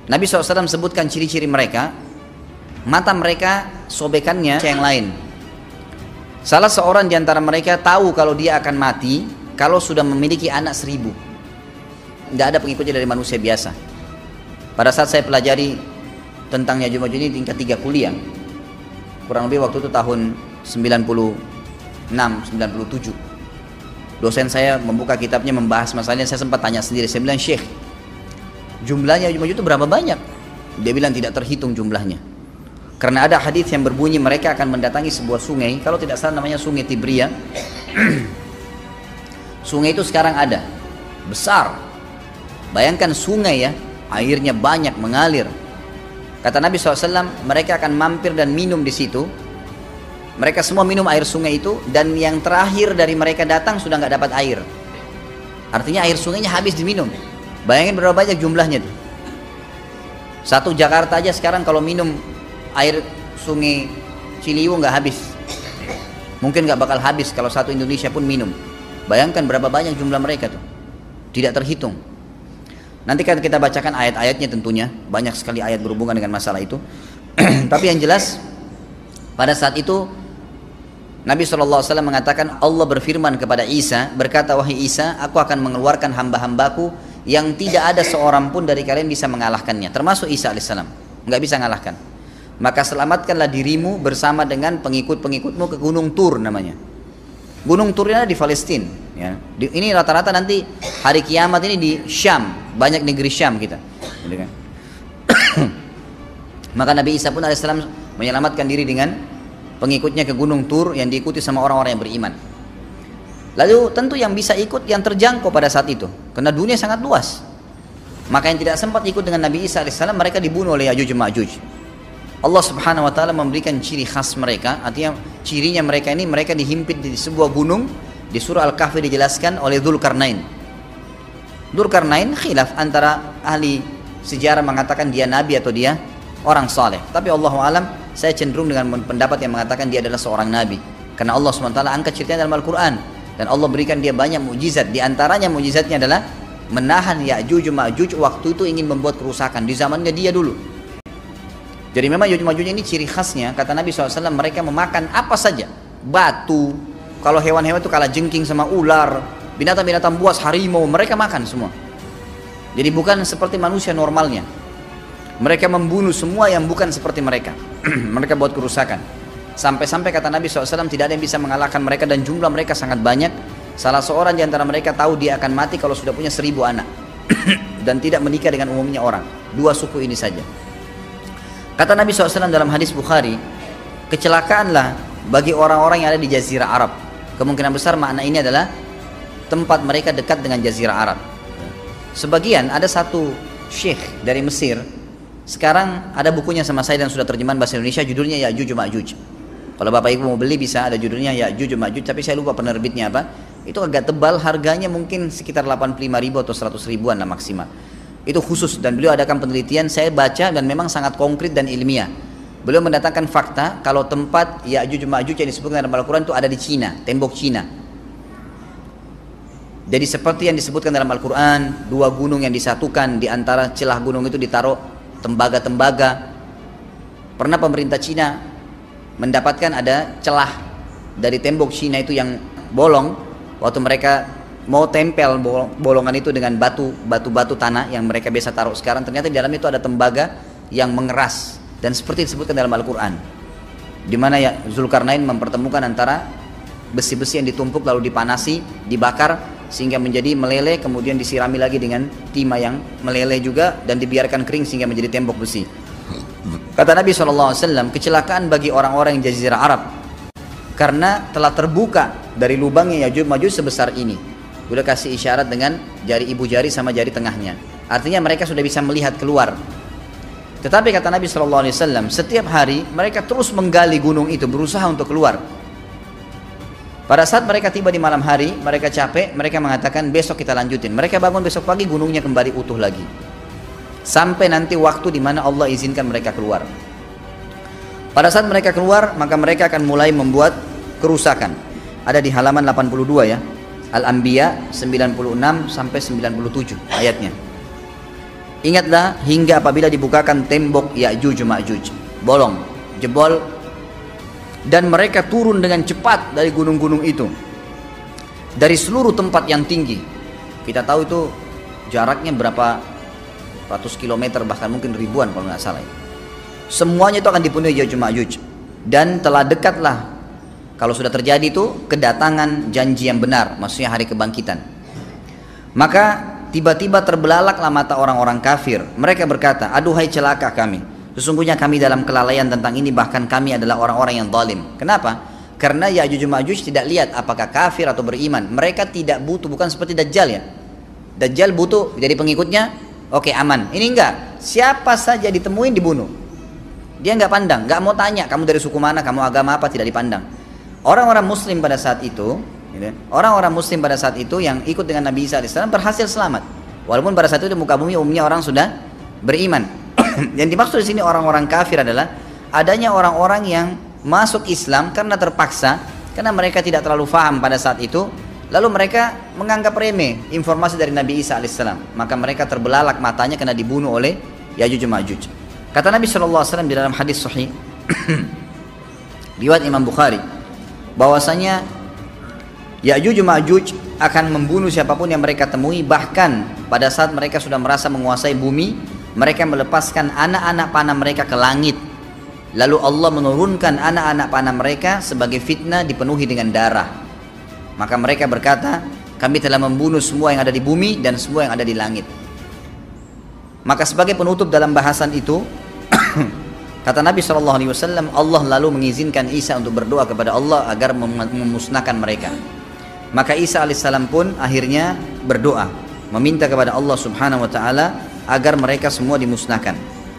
Nabi SAW sebutkan ciri-ciri mereka. Mata mereka sobekannya yang lain. Salah seorang di antara mereka tahu kalau dia akan mati kalau sudah memiliki anak 1000. Tidak ada pengikutnya dari manusia biasa. Pada saat saya pelajari tentang Ya'juj Ma'juj ini tingkat 3 kuliah, kurang lebih waktu itu tahun 96, 97, dosen saya membuka kitabnya membahas masalahnya. Saya sempat tanya sendiri, saya bilang, Syekh, jumlahnya Ya'juj Ma'juj itu berapa banyak? Dia bilang tidak terhitung jumlahnya, karena ada hadis yang berbunyi mereka akan mendatangi sebuah sungai, kalau tidak salah namanya sungai Tibria. Sungai itu sekarang ada, besar. Bayangkan sungai ya, airnya banyak mengalir. Kata Nabi SAW, mereka akan mampir dan minum di situ. Mereka semua minum air sungai itu, dan yang terakhir dari mereka datang sudah nggak dapat air. Artinya air sungainya habis diminum. Bayangin berapa banyak jumlahnya tuh. Satu Jakarta aja sekarang kalau minum air sungai Ciliwung nggak habis. Mungkin nggak bakal habis kalau satu Indonesia pun minum. Bayangkan berapa banyak jumlah mereka tuh. Tidak terhitung. Nanti kan kita bacakan ayat-ayatnya tentunya. Banyak sekali ayat berhubungan dengan masalah itu. Tapi yang jelas pada saat itu Nabi SAW mengatakan, Allah berfirman kepada Isa, berkata, wahai Isa, aku akan mengeluarkan hamba-hambaku yang tidak ada seorang pun dari kalian bisa mengalahkannya, termasuk Isa AS, nggak bisa mengalahkan. Maka selamatkanlah dirimu bersama dengan pengikut-pengikutmu ke Gunung Tur namanya. Gunung Tur ini ada di Palestina ya. Ini rata-rata nanti hari kiamat ini di Syam, banyak negeri Syam kita gitu kan. Maka Nabi Isa pun AS menyelamatkan diri dengan pengikutnya ke Gunung Tur yang diikuti sama orang-orang yang beriman. Lalu tentu yang bisa ikut yang terjangkau pada saat itu, karena dunia sangat luas. Maka yang tidak sempat ikut dengan Nabi Isa AS, mereka dibunuh oleh Ya'juj Ma'juj. Allah Subhanahu Wa Taala memberikan ciri khas mereka, artinya cirinya mereka ini, mereka dihimpit di sebuah gunung. Di surah Al-Kahfi dijelaskan oleh Dzulkarnain. Dzulkarnain khilaf antara ahli sejarah mengatakan dia nabi atau dia orang saleh. Tapi Allahu alam, saya cenderung dengan pendapat yang mengatakan dia adalah seorang nabi, karena Allah SWT angkat ceritanya dalam Al-Quran, dan Allah berikan dia banyak mukjizat. Di antaranya mukjizatnya adalah menahan Ya'juj Ma'juj waktu itu ingin membuat kerusakan di zamannya dia dulu. Jadi memang Ya'juj Ma'juj ini ciri khasnya, kata Nabi SAW, mereka memakan apa saja, batu. Kalau hewan-hewan itu kalah jengking sama ular, binatang-binatang buas, harimau, mereka makan semua. Jadi bukan seperti manusia normalnya. Mereka membunuh semua yang bukan seperti mereka. Mereka buat kerusakan. Sampai-sampai kata Nabi SAW, tidak ada yang bisa mengalahkan mereka, dan jumlah mereka sangat banyak. Salah seorang di antara mereka tahu dia akan mati kalau sudah punya 1000 anak. Dan tidak menikah dengan umumnya orang. 2 suku ini saja. Kata Nabi SAW dalam hadis Bukhari, kecelakaanlah bagi orang-orang yang ada di Jazirah Arab. Kemungkinan besar makna ini adalah tempat mereka dekat dengan Jazirah Arab. Sebagian, ada satu syekh dari Mesir, sekarang ada bukunya sama saya dan sudah terjemahan bahasa Indonesia, judulnya Ya'juj Ma'juj. Kalau Bapak Ibu mau beli bisa, ada judulnya Ya'juj Ma'juj, tapi saya lupa penerbitnya apa. Itu agak tebal, harganya mungkin sekitar 85.000 atau 100 ribuan lah maksimal. Itu khusus, dan beliau adakan penelitian, saya baca dan memang sangat konkret dan ilmiah. Beliau mendatangkan fakta kalau tempat Ya'juj Ma'juj yang disebutkan dalam Al-Quran itu ada di Cina, tembok Cina. Jadi seperti yang disebutkan dalam Al-Quran, 2 gunung yang disatukan, di antara celah gunung itu ditaruh tembaga-tembaga. Pernah pemerintah Cina mendapatkan ada celah dari tembok Cina itu yang bolong, waktu mereka mau tempel bolongan itu dengan batu-batu tanah yang mereka biasa taruh sekarang, ternyata di dalam itu ada tembaga yang mengeras, dan seperti disebutkan dalam Al-Quran, di mana ya Dzulkarnain mempertemukan antara besi-besi yang ditumpuk lalu dipanasi, dibakar sehingga menjadi meleleh, kemudian disirami lagi dengan timah yang meleleh juga, dan dibiarkan kering sehingga menjadi tembok besi. Kata Nabi SAW, kecelakaan bagi orang-orang yang Jazirah Arab, karena telah terbuka dari lubangnya Ya'juj Ma'juj sebesar ini. Udah kasih isyarat dengan jari ibu jari sama jari tengahnya, artinya mereka sudah bisa melihat keluar. Tetapi kata Nabi SAW, setiap hari mereka terus menggali gunung itu, berusaha untuk keluar. Pada saat mereka tiba di malam hari, mereka capek, mereka mengatakan besok kita lanjutin. Mereka bangun besok pagi, gunungnya kembali utuh lagi. Sampai nanti waktu di mana Allah izinkan mereka keluar. Pada saat mereka keluar, maka mereka akan mulai membuat kerusakan. Ada di halaman 82 ya. Al-Anbiya 96 sampai 97 ayatnya. Ingatlah hingga apabila dibukakan tembok Ya'juj Ma'juj, bolong, jebol, dan mereka turun dengan cepat dari gunung-gunung itu, dari seluruh tempat yang tinggi. Kita tahu itu jaraknya berapa ratus kilometer, bahkan mungkin ribuan kalau nggak salah. Semuanya itu akan dipenuhi Ya'juj Ma'juj, dan telah dekatlah, kalau sudah terjadi itu, kedatangan janji yang benar, maksudnya hari kebangkitan. Maka tiba-tiba terbelalaklah mata orang-orang kafir. Mereka berkata, aduhai celaka kami, sesungguhnya kami dalam kelalaian tentang ini, bahkan kami adalah orang-orang yang zalim. Kenapa? Karena Ya'juj Ma'juj tidak lihat apakah kafir atau beriman. Mereka tidak butuh, bukan seperti Dajjal ya. Dajjal butuh jadi pengikutnya, oke, aman. Ini enggak, siapa saja ditemuin dibunuh. Dia enggak pandang, enggak mau tanya kamu dari suku mana, kamu agama apa, tidak dipandang. Orang-orang muslim pada saat itu, orang-orang muslim pada saat itu yang ikut dengan Nabi Isa AS berhasil selamat. Walaupun pada saat itu di muka bumi umumnya orang sudah beriman. Yang dimaksud di sini orang-orang kafir adalah adanya orang-orang yang masuk Islam karena terpaksa, karena mereka tidak terlalu paham pada saat itu, lalu mereka menganggap remeh informasi dari Nabi Isa AS. Maka mereka terbelalak matanya karena dibunuh oleh Ya'juj Ma'juj. Kata Nabi SAW di dalam hadis sahih riwayat Imam Bukhari, bahwasanya Ya'juj Ma'juj akan membunuh siapapun yang mereka temui. Bahkan pada saat mereka sudah merasa menguasai bumi, mereka melepaskan anak-anak panah mereka ke langit. Lalu Allah menurunkan anak-anak panah mereka sebagai fitnah, dipenuhi dengan darah. Maka mereka berkata, kami telah membunuh semua yang ada di bumi dan semua yang ada di langit. Maka sebagai penutup dalam bahasan itu, kata Nabi SAW, Allah lalu mengizinkan Isa untuk berdoa kepada Allah agar memusnahkan mereka. Maka Isa alaihissalam pun akhirnya berdoa, meminta kepada Allah subhanahu wa ta'ala agar mereka semua dimusnahkan.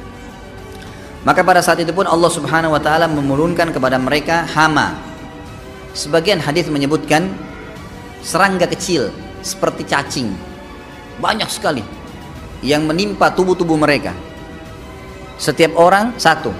Maka pada saat itu pun Allah subhanahu wa ta'ala menurunkan kepada mereka hama. Sebagian hadis menyebutkan serangga kecil seperti cacing, banyak sekali yang menimpa tubuh-tubuh mereka. Setiap orang satu,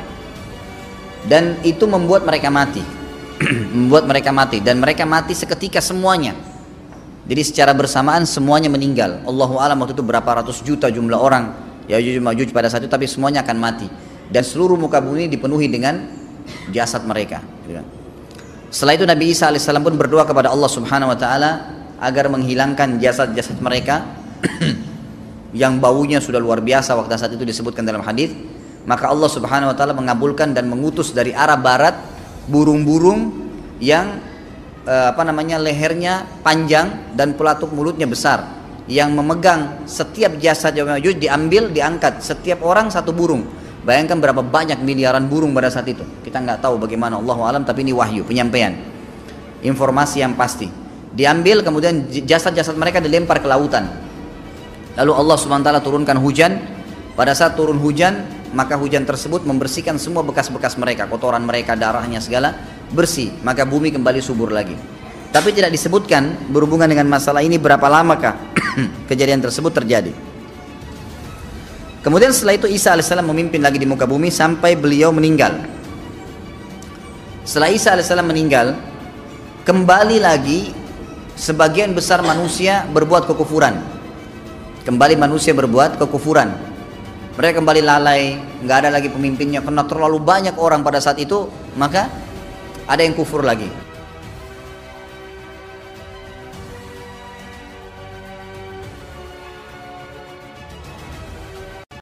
dan itu membuat mereka mati. Membuat mereka mati, dan mereka mati seketika semuanya. Jadi secara bersamaan semuanya meninggal. Allahu a'lam waktu itu berapa ratus juta jumlah orang Ya'juj Ma'juj pada saat itu, tapi semuanya akan mati. Dan seluruh muka bumi dipenuhi dengan jasad mereka. Setelah itu Nabi Isa AS pun berdoa kepada Allah subhanahu wa ta'ala agar menghilangkan jasad-jasad mereka yang baunya sudah luar biasa waktu saat itu disebutkan dalam hadis. Maka Allah subhanahu wa ta'ala mengabulkan dan mengutus dari arah barat burung-burung yang lehernya panjang dan pelatuk mulutnya besar, yang memegang setiap jasad Ya'juj Ma'juj, diambil, diangkat, setiap orang satu burung. Bayangkan berapa banyak miliaran burung pada saat itu. Kita nggak tahu bagaimana, Allahu a'lam, tapi ini wahyu, penyampaian informasi yang pasti. Diambil, kemudian jasad-jasad mereka dilempar ke lautan. Lalu Allah subhanahu wa ta'ala turunkan hujan. Pada saat turun hujan, maka hujan tersebut membersihkan semua bekas-bekas mereka, kotoran mereka, darahnya segala bersih. Maka bumi kembali subur lagi. Tapi tidak disebutkan berhubungan dengan masalah ini berapa lamakah kejadian tersebut terjadi. Kemudian setelah itu Isa AS memimpin lagi di muka bumi sampai beliau meninggal. Setelah Isa AS meninggal, kembali lagi sebagian besar manusia berbuat kekufuran. Kembali manusia berbuat kekufuran. Mereka kembali lalai, nggak ada lagi pemimpinnya karena terlalu banyak orang pada saat itu, maka ada yang kufur lagi.